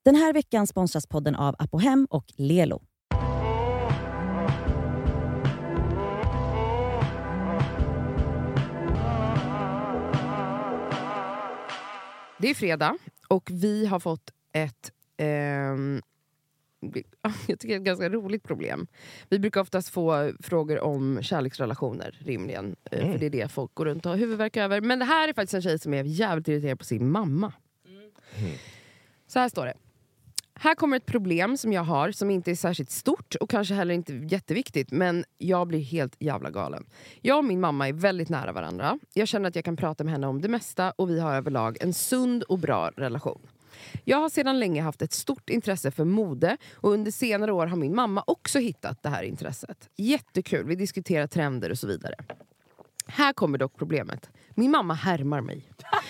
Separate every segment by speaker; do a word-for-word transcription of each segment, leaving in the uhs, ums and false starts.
Speaker 1: Den här veckan sponsras podden av Apohem och Lelo.
Speaker 2: Det är fredag och vi har fått ett ehm, jag tycker ett ganska roligt problem. Vi brukar oftast få frågor om kärleksrelationer, rimligen. Mm. För det är det folk går runt och har huvudvärk över. Men det här är faktiskt en tjej som är jävligt irriterad på sin mamma. Mm. Så här står det. Här kommer ett problem som jag har som inte är särskilt stort och kanske heller inte jätteviktigt, men jag blir helt jävla galen. Jag och min mamma är väldigt nära varandra. Jag känner att jag kan prata med henne om det mesta och vi har överlag en sund och bra relation. Jag har sedan länge haft ett stort intresse för mode och under senare år har min mamma också hittat det här intresset. Jättekul, vi diskuterar trender och så vidare. Här kommer dock problemet. Min mamma härmar mig.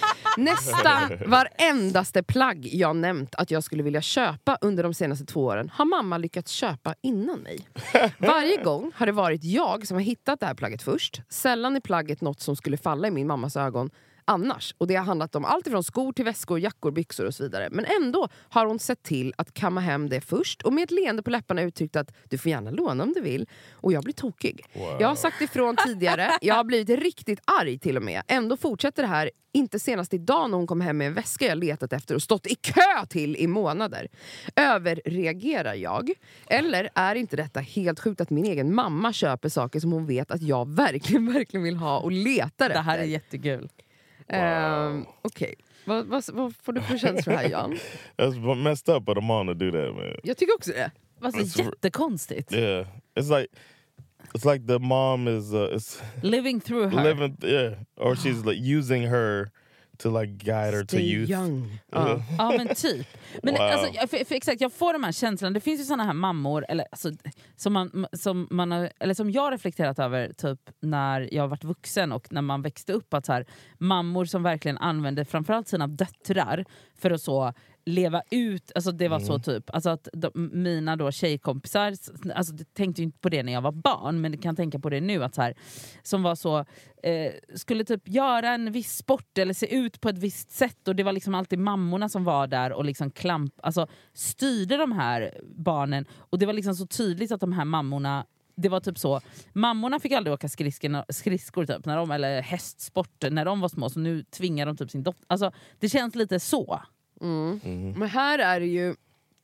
Speaker 2: Nästan varendaste plagg jag nämnt att jag skulle vilja köpa under de senaste två åren har mamma lyckats köpa innan mig. Varje gång har det varit jag som har hittat det här plagget först. Sällan är plagget något som skulle falla i min mammas ögon annars. Och det har handlat om allt ifrån skor till väskor, jackor, byxor och så vidare. Men ändå har hon sett till att kamma hem det först och med ett leende på läpparna uttryckt att du får gärna låna om du vill. Och jag blir tokig. Wow. Jag har sagt ifrån tidigare. Jag har blivit riktigt arg till och med. Ändå fortsätter det här. Inte senast idag när hon kom hem med en väska jag letat efter och stått i kö till i månader. Överreagerar jag? Eller är inte detta helt sjukt att min egen mamma köper saker som hon vet att jag verkligen, verkligen vill ha och letar efter?
Speaker 3: Det här är jättekul.
Speaker 2: Wow. Um, Okej, okay. vad, vad, vad får du för känslor här, Jan?
Speaker 4: That's messed up of the mom to do that, man.
Speaker 2: Jag tycker också det.
Speaker 3: Alltså, jättekonstigt.
Speaker 4: Yeah, it's like it's like the mom is uh, is
Speaker 3: living through her.
Speaker 4: Living, yeah, or she's like using her to like guide her
Speaker 2: Stay
Speaker 4: to youth.
Speaker 2: Young.
Speaker 3: Ja, uh. ja men typ. Men
Speaker 4: Wow.
Speaker 3: alltså, för, för exakt, jag får de här känslorna. Det finns ju såna här mammor eller alltså, som man som man har, eller som jag har reflekterat över typ när jag har varit vuxen och när man växte upp, att så här, mammor som verkligen använder framförallt sina döttrar för att så leva ut, alltså det var mm. så typ alltså att de, mina då tjejkompisar, alltså det tänkte ju inte på det när jag var barn, men det kan tänka på det nu, att så här, som var så eh, skulle typ göra en viss sport eller se ut på ett visst sätt, och det var liksom alltid mammorna som var där och liksom klamp, alltså styrde de här barnen, och det var liksom så tydligt att de här mammorna, det var typ så, mammorna fick aldrig åka skridskor, skridskor typ, när de, eller hästsport när de var små, så nu tvingar de typ sin dotter, alltså det känns lite så.
Speaker 2: Mm. Mm. Men här är det ju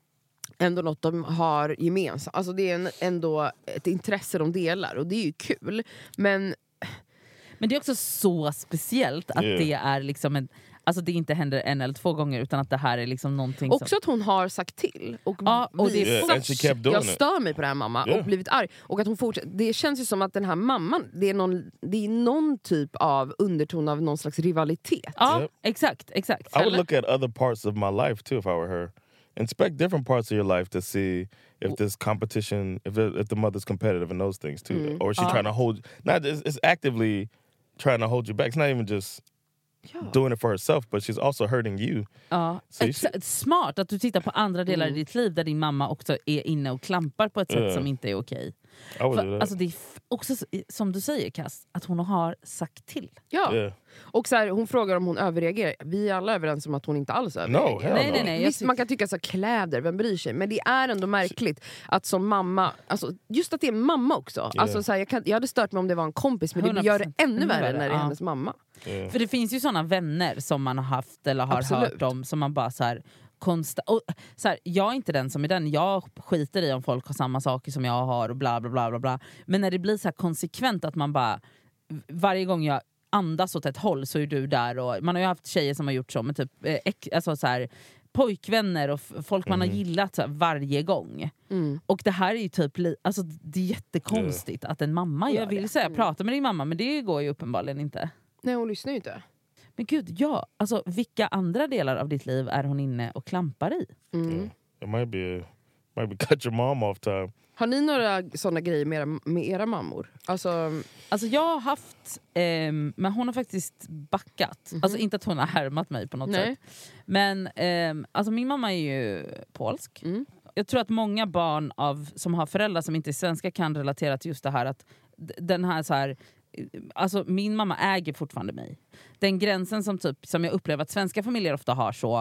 Speaker 2: ändå något de har gemensamt. Alltså det är en, ändå ett intresse de delar, och det är ju kul. Men
Speaker 3: Men det är också så speciellt att yeah. det är liksom en, alltså det inte händer en eller två gånger, utan att det här är liksom någonting
Speaker 2: också
Speaker 3: som...
Speaker 2: att hon har sagt till och,
Speaker 3: ja, och det är
Speaker 4: yeah,
Speaker 2: jag stör mig på det här mamma yeah. och blivit arg, och att hon fortsätter. Det känns ju som att den här mamman, det är någon, det är någon typ av underton av någon slags rivalitet.
Speaker 3: Ja, yep. exakt, exakt.
Speaker 4: I would look at other parts of my life too if I were her. Inspect different parts of your life to see if this competition, if it, if the mother's competitive in those things too, mm. or is she uh. trying to hold? Not it's, it's actively trying to hold you back. It's not even just ja. doing it for herself, but she's also hurting you.
Speaker 3: Ja, so should... smart att du tittar på andra delar mm. i ditt liv där din mamma också är inne och klampar på ett sätt yeah. som inte är okej. För, alltså det är f- också som du säger, Cass, att hon har sagt till.
Speaker 2: Ja. Yeah. Och så här, hon frågar om hon överreagerar. Vi är alla överens om att hon inte alls överreagerar.
Speaker 4: No,
Speaker 3: nej, nej, nej.
Speaker 2: Visst, man kan tycka så här, kläder, vem bryr sig? Men det är ändå märkligt att som mamma, alltså, just att det är mamma också. Yeah. Alltså, så här, jag, kan, jag hade stört mig om det var en kompis, men det gör det ännu värre när det är ja. hennes mamma.
Speaker 3: Yeah. För det finns ju såna vänner som man har haft eller har Absolut. hört om, som man bara så här... Konsta- och, så här, jag är inte den som är den. Jag skiter i om folk har samma saker som jag har och bla bla bla bla bla. Men när det blir så här konsekvent att man bara, varje gång jag andas åt ett håll så är du där, och man har ju haft tjejer som har gjort så med typ eh, ex, alltså så här, pojkvänner och f- folk man mm. har gillat så här, varje gång. Mm. Och det här är ju typ li- alltså, det är jättekonstigt yeah. att en mamma gör. Jag vill säga prata med din mamma, men det går ju uppenbarligen inte.
Speaker 2: Nej, hon lyssnar ju inte.
Speaker 3: Men gud, ja. Alltså, vilka andra delar av ditt liv är hon inne och klampar i?
Speaker 4: Mm. Yeah. It might be, might be cut your mom off time.
Speaker 2: Har ni några sådana grejer med era, med era mammor? Alltså,
Speaker 3: alltså jag har haft, eh, men hon har faktiskt backat. Mm-hmm. Alltså inte att hon har härmat mig på något Nej. sätt. Men eh, alltså min mamma är ju polsk. Mm. Jag tror att många barn av, som har föräldrar som inte är svenska kan relatera till just det här att den här så här, alltså min mamma äger fortfarande mig. Den gränsen som typ som jag upplever att svenska familjer ofta har så,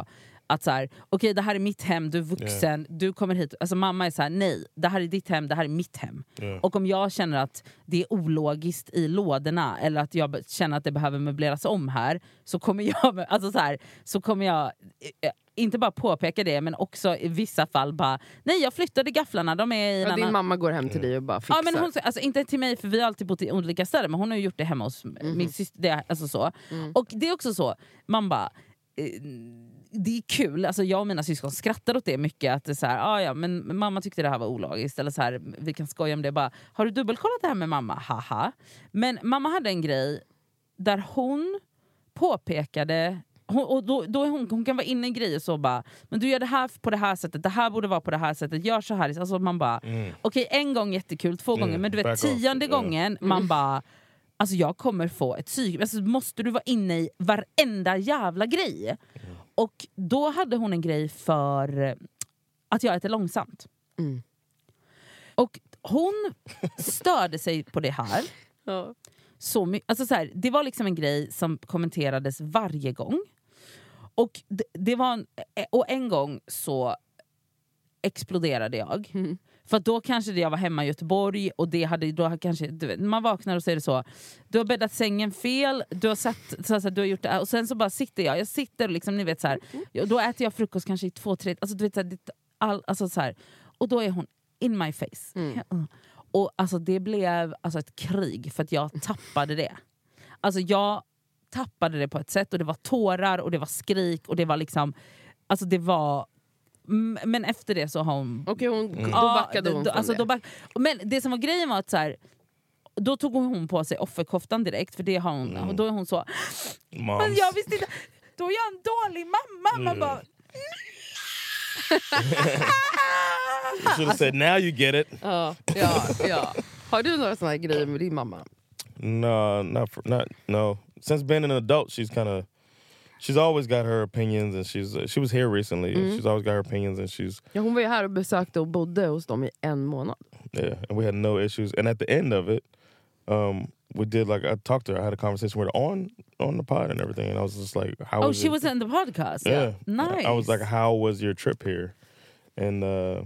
Speaker 3: Att så här, okej okay, det här är mitt hem, du är vuxen, yeah. du kommer hit. Alltså mamma är så här, nej, det här är ditt hem, det här är mitt hem. Yeah. Och om jag känner att det är ologiskt i lådorna eller att jag känner att det behöver möbleras om här, så kommer jag, alltså så här, så kommer jag inte bara påpeka det, men också i vissa fall bara, nej jag flyttade gafflarna, de är i en
Speaker 2: ja,
Speaker 3: annan...
Speaker 2: Din mamma går hem till dig och bara fixar.
Speaker 3: Ja, men hon, alltså, inte till mig, för vi har alltid bott i olika ställen, men hon har ju gjort det hemma hos mm. min syster. Det, alltså så. Mm. Och det är också så, man bara... Eh, det är kul, alltså jag och mina syskon skrattar åt det mycket, att det är så här, ah, ja, men mamma tyckte det här var olagiskt, eller så här, vi kan skoja om det bara, har du dubbelkollat det här med mamma? Haha. Men mamma hade en grej där hon påpekade, hon, och då, då är hon, hon kan vara inne i grejer så bara, men du gör det här på det här sättet, det här borde vara på det här sättet, gör så här, alltså man bara mm. okej, okay, en gång jättekul, två mm. gånger, men du vet tionde gången mm. man bara, alltså jag kommer få ett psyk, alltså måste du vara inne i varenda jävla grej. Mm. Och då hade hon en grej för att jag äter långsamt. Mm. Och hon störde sig på det här. Ja. Så my- alltså så här, det var liksom en grej som kommenterades varje gång. Och det, det var en, och en gång så exploderade jag. Mm. För då kanske jag var hemma i Göteborg och det hade då kanske, du vet, man vaknar och säger det så, du har bäddat sängen fel, du har sett så, så, du har gjort det, och sen så bara sitter jag jag sitter och liksom, ni vet så här, då äter jag frukost kanske i två tre, alltså du vet så här, all, alltså så här, och då är hon in my face. Mm. Och alltså det blev alltså ett krig för att jag tappade det. Alltså jag tappade det på ett sätt, och det var tårar och det var skrik och det var liksom, alltså det var. Men efter det så har hon...
Speaker 2: Okej, hon, mm. då backade hon
Speaker 3: då, alltså, då back, Men det som var grejen var att så här, då tog hon på sig offerkoftan direkt, för det har hon, mm. och då är hon så... Moms. Men jag visste inte... Då är jag en dålig mamma. Man bara...
Speaker 4: You should have said, now you get it.
Speaker 2: Ja, ja, ja. Har du några såna här grejer med din mamma?
Speaker 4: No, not, for, not no. Since being an adult, she's kind of... She's always got her opinions, and she's uh, she was here recently. Mm. And she's always got her opinions, and she's.
Speaker 2: Ja, hon var ju här och besökte och bodde hos dem i en månad.
Speaker 4: Yeah, and we had no issues. And at the end of it, um, we did like I talked to her. I had a conversation with her on on the pod and everything, and I was just like, "How?"
Speaker 3: Oh,
Speaker 4: was
Speaker 3: she
Speaker 4: it?
Speaker 3: was in the podcast.
Speaker 4: Yeah,
Speaker 3: nice.
Speaker 4: I was like, "How was your trip here?" And uh,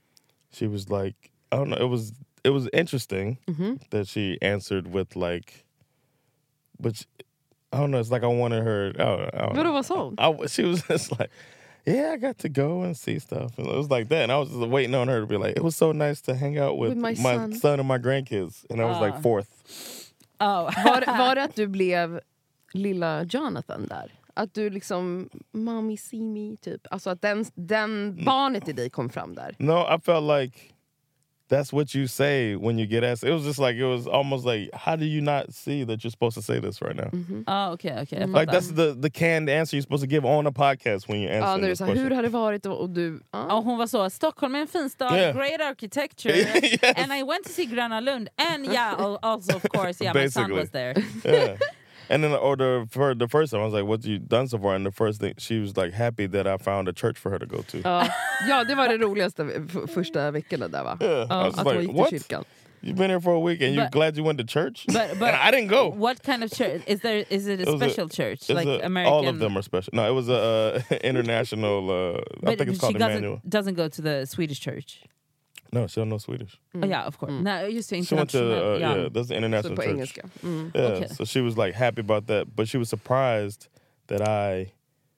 Speaker 4: she was like, "I don't know." It was it was interesting mm-hmm. that she answered with like, but. She, I don't know, it's like I wanted her... I don't, I don't
Speaker 2: What was so?
Speaker 4: I, she was just like, yeah, I got to go and see stuff. And it was like that. And I was just waiting on her to be like, it was so nice to hang out with, with my, my son. son and my grandkids. And I was uh. like fourth.
Speaker 2: Oh. var, var det att du blev lilla Jonathan där? Att du liksom, mommy see me, typ. Alltså att den, den barnet i dig kom fram där.
Speaker 4: No, I felt like... That's what you say when you get asked. It was just like, it was almost like, how do you not see that you're supposed to say this right now?
Speaker 3: Mm-hmm. Oh, okay, okay. Mm-hmm.
Speaker 4: Like that's the, the canned answer you're supposed to give on a podcast when you answer
Speaker 2: ah,
Speaker 4: this question.
Speaker 2: Hur har det varit och, och du...
Speaker 3: Ah. Och hon var så, Stockholm är en fin stad, yeah. great architecture. Yes. And I went to see Gröna Lund. And yeah, also of course, yeah, my son was there.
Speaker 4: Yeah. And then, or the for the first time, I was like, "What you done so far?" And the first thing, she was like happy that I found a church for her to go to.
Speaker 2: Ja, ja, det var det roligaste f- första veckorna där, va?
Speaker 4: Yeah,
Speaker 2: ja,
Speaker 4: I was like, "What? You've been here for a week, and you're glad you went to church?" But, but I didn't go.
Speaker 3: What kind of church is there? Is it a it special a, church, like
Speaker 4: a,
Speaker 3: American?
Speaker 4: All of them are special. No, it was a uh, international. Uh, I think it's called
Speaker 3: she doesn't,
Speaker 4: Emmanuel.
Speaker 3: Doesn't go to the Swedish church.
Speaker 4: No, she don't know Swedish.
Speaker 3: Mm. Oh, yeah, of course. Mm. No, just
Speaker 4: she went to uh, yeah. yeah, that's the international
Speaker 2: so
Speaker 4: church.
Speaker 2: Mm.
Speaker 4: Yeah,
Speaker 3: okay.
Speaker 4: So she was like happy about that, but she was surprised that I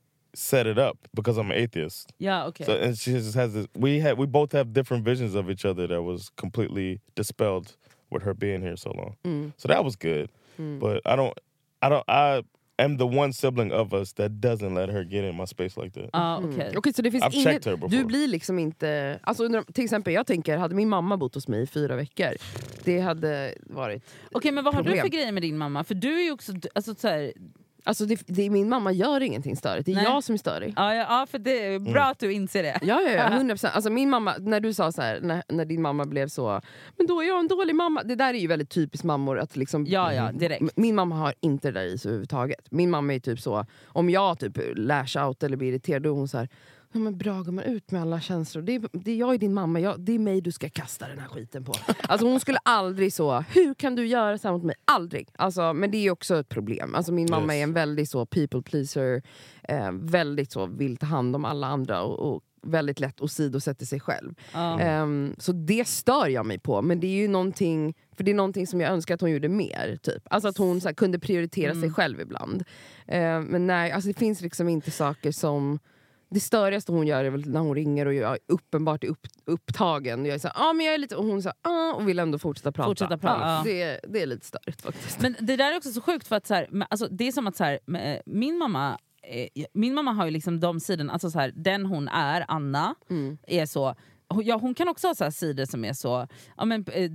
Speaker 4: set it up because I'm an atheist.
Speaker 3: Yeah, okay.
Speaker 4: So and she just has this. We had we both have different visions of each other that was completely dispelled with her being here so long. Mm. So that was good, mm. but I don't, I don't, I. I'm the one sibling of us that doesn't let her get in my space like that.
Speaker 3: Ah, okay.
Speaker 2: Mm. Okay, så det finns
Speaker 4: I've
Speaker 2: inget,
Speaker 4: her before.
Speaker 2: du blir liksom inte... Alltså under, till exempel, jag tänker, hade min mamma bott hos mig i fyra veckor, det hade varit
Speaker 3: Okej, okay, men vad
Speaker 2: problem.
Speaker 3: har du för grejer med din mamma? För du är ju också... Alltså, så här,
Speaker 2: Alltså det, det, min mamma gör ingenting störigt. Det är Nej. jag som är störig.
Speaker 3: Ja, ja, ja, för det är bra mm. att du inser det.
Speaker 2: Ja, ja, ja, hundra procent. Alltså min mamma, när du sa så här, när, när din mamma blev så, men då är jag en dålig mamma. Det där är ju väldigt typiskt mammor att liksom,
Speaker 3: ja, ja, direkt.
Speaker 2: Min mamma har inte det där i sig överhuvudtaget. Min mamma är typ så, om jag typ lash out eller blir irriterad, då är hon så här, Ja, men bra, går man ut med alla känslor. Det är, det är jag är din mamma, jag, det är mig du ska kasta den här skiten på. Alltså hon skulle aldrig så, hur kan du göra så här mot mig? Aldrig. Alltså, men det är också ett problem. Alltså min mamma
Speaker 4: Yes.
Speaker 2: är en väldigt så people pleaser, eh, väldigt så vill ta hand om alla andra och, och väldigt lätt åsidosätter sig själg.
Speaker 3: Ja.
Speaker 2: Um, så det stör jag mig på. Men det är ju någonting, för det är någonting som jag önskar att hon gjorde mer. Typ. Alltså att hon så här, kunde prioritera
Speaker 3: Mm.
Speaker 2: sig själv ibland. Uh, men nej, alltså det finns liksom inte saker som... Det störigaste hon gör är väl när hon ringer och jag är uppenbart upp, upptagen. Jag är så här, ah, men jag är lite... Och hon så här, ah, och vill ändå fortsätta prata.
Speaker 3: Fortsätta prata.
Speaker 2: Ja, det, det är lite störigt faktiskt.
Speaker 3: Men det där är också så sjukt för att så här, men, alltså, det är som att så här, med, min mamma eh, min mamma har ju liksom de sidorna, alltså så här, den hon är, Anna,
Speaker 2: Mm.
Speaker 3: är så, hon- ja, hon kan också ha så här sidor som är så, ja men eh,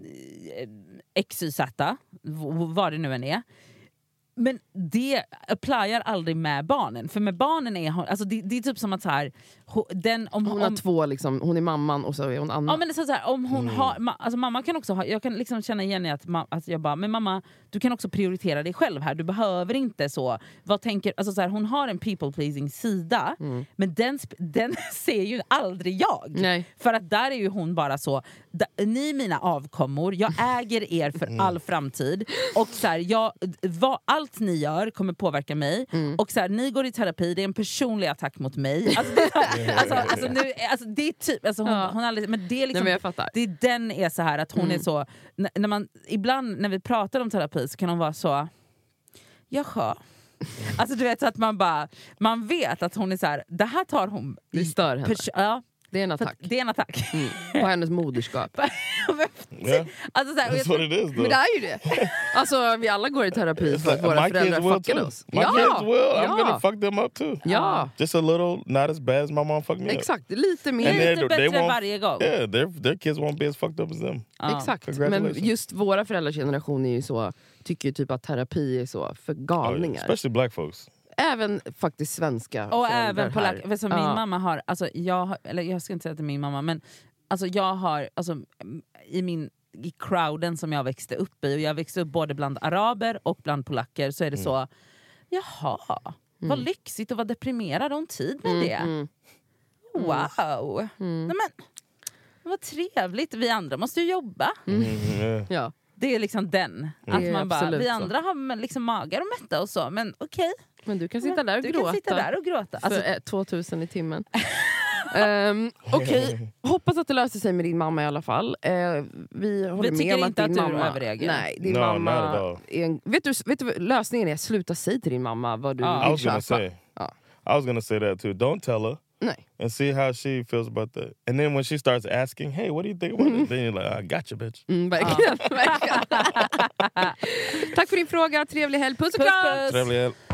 Speaker 3: X Y Z, v- vad det nu än är. Men det applyar aldrig med barnen. För med barnen är hon, alltså det, det är typ som att så här, ho- den, om,
Speaker 2: Hon har
Speaker 3: om,
Speaker 2: två, liksom, hon är mamman och så är hon Anna.
Speaker 3: Ja, men det är så här, om hon har, ma- alltså mamma kan också ha, jag kan liksom känna igen i att, ma- att jag bara, men mamma, du kan också prioritera dig själv här, du behöver inte så, vad tänker, alltså så här, hon har en people pleasing sida, men den, sp- den ser ju aldrig jag.
Speaker 2: Nej.
Speaker 3: För att där är ju hon bara så, da, ni är mina avkommor, jag äger er för all framtid, och så här, jag, vad, allt ni gör kommer påverka mig, och så här, ni går i terapi, det är en personlig attack mot mig. Alltså, det, är- alltså, alltså, nu, alltså, det är typ, alltså, hon,
Speaker 2: Ja.
Speaker 3: hon har aldrig, men det är liksom,
Speaker 2: Nej, men jag fattar.
Speaker 3: det är, den är så här att hon är så, n- när man, ibland när vi pratar om terapi så kan hon vara så, jaha. Alltså du vet så att man bara, man vet att hon är så här, det här tar hon
Speaker 2: Det stör henne.
Speaker 3: pers- ja,
Speaker 2: Det är en
Speaker 3: för
Speaker 2: attack.
Speaker 3: att det är en attack.
Speaker 2: Mm. På hennes moderskap.
Speaker 4: Yeah,
Speaker 3: Alltså, så här, och jag
Speaker 4: that's what
Speaker 3: tror-
Speaker 4: it is though.
Speaker 2: Men det är ju det. Alltså vi alla går i terapi för att våra
Speaker 4: My kids
Speaker 2: föräldrar
Speaker 4: will
Speaker 2: fuckade
Speaker 4: too.
Speaker 2: oss.
Speaker 4: My
Speaker 2: Ja!
Speaker 4: kids will. I'm
Speaker 2: Ja.
Speaker 4: gonna fuck them up too.
Speaker 2: Ja,
Speaker 4: Just a little, not as bad as my mom fucked me up.
Speaker 2: exakt. Lite
Speaker 4: And
Speaker 2: mer.
Speaker 4: they're-
Speaker 3: lite
Speaker 4: they
Speaker 3: bättre
Speaker 4: won't-
Speaker 3: varje gång.
Speaker 4: Yeah, their their kids won't be as fucked up as them.
Speaker 3: Ja.
Speaker 2: Exakt. Men
Speaker 4: Congratulations.
Speaker 2: just våra föräldrars generation är ju så, tycker ju typ att terapi är så för
Speaker 4: Oh, yeah.
Speaker 2: galningar.
Speaker 4: Especially black folks.
Speaker 2: Även faktiskt svenska
Speaker 3: Och
Speaker 2: föräldrar
Speaker 3: även på
Speaker 2: här.
Speaker 3: lack, för som min
Speaker 2: Ja.
Speaker 3: mamma har, alltså jag, har- eller jag ska inte säga att det är min mamma, men alltså jag har, alltså, mm, i min i crowden som jag växte upp i, och jag växte upp både bland araber och bland polacker, så är det så, jaha, vad lyxigt att vara deprimerad om tid med det.
Speaker 2: Mm.
Speaker 3: Wow. Nej, men, vad trevligt, vi andra måste ju jobba.
Speaker 4: Mm, yeah.
Speaker 2: Ja.
Speaker 3: Det är liksom den. Att
Speaker 2: är
Speaker 3: man bara,
Speaker 2: absolut
Speaker 3: vi
Speaker 2: så.
Speaker 3: andra har liksom magar och mätta och så, men okej.
Speaker 2: Men du kan sitta där och
Speaker 3: Du
Speaker 2: gråta.
Speaker 3: kan sitta där och gråta. Alltså,
Speaker 2: för eh, tvåtusen i timmen. um, Okej, hoppas att det löser sig med din mamma i alla fall. Uh, vi håller
Speaker 3: tycker
Speaker 2: med om att
Speaker 3: inte
Speaker 2: din
Speaker 3: att du
Speaker 2: mamma...
Speaker 3: överreagerar.
Speaker 2: Nej, din
Speaker 4: No,
Speaker 2: mamma...
Speaker 4: not at all.
Speaker 2: Är en, vet, du, vet du vad lösningen är? Sluta säga till din mamma vad du
Speaker 3: Ja.
Speaker 4: I
Speaker 2: vill
Speaker 4: was gonna
Speaker 2: köpa.
Speaker 4: say.
Speaker 2: Ja.
Speaker 4: I was gonna say that too. Don't tell her.
Speaker 2: Nej.
Speaker 4: And see how she feels about that. And then when she starts asking, hey, what do you think about it? Then you're like, I got you, bitch.
Speaker 2: Mm, verkligen, verkligen. Tack för din fråga, trevlig helg. Puss och
Speaker 3: Puss,
Speaker 2: kram!
Speaker 3: puss.
Speaker 4: Trevlig helg.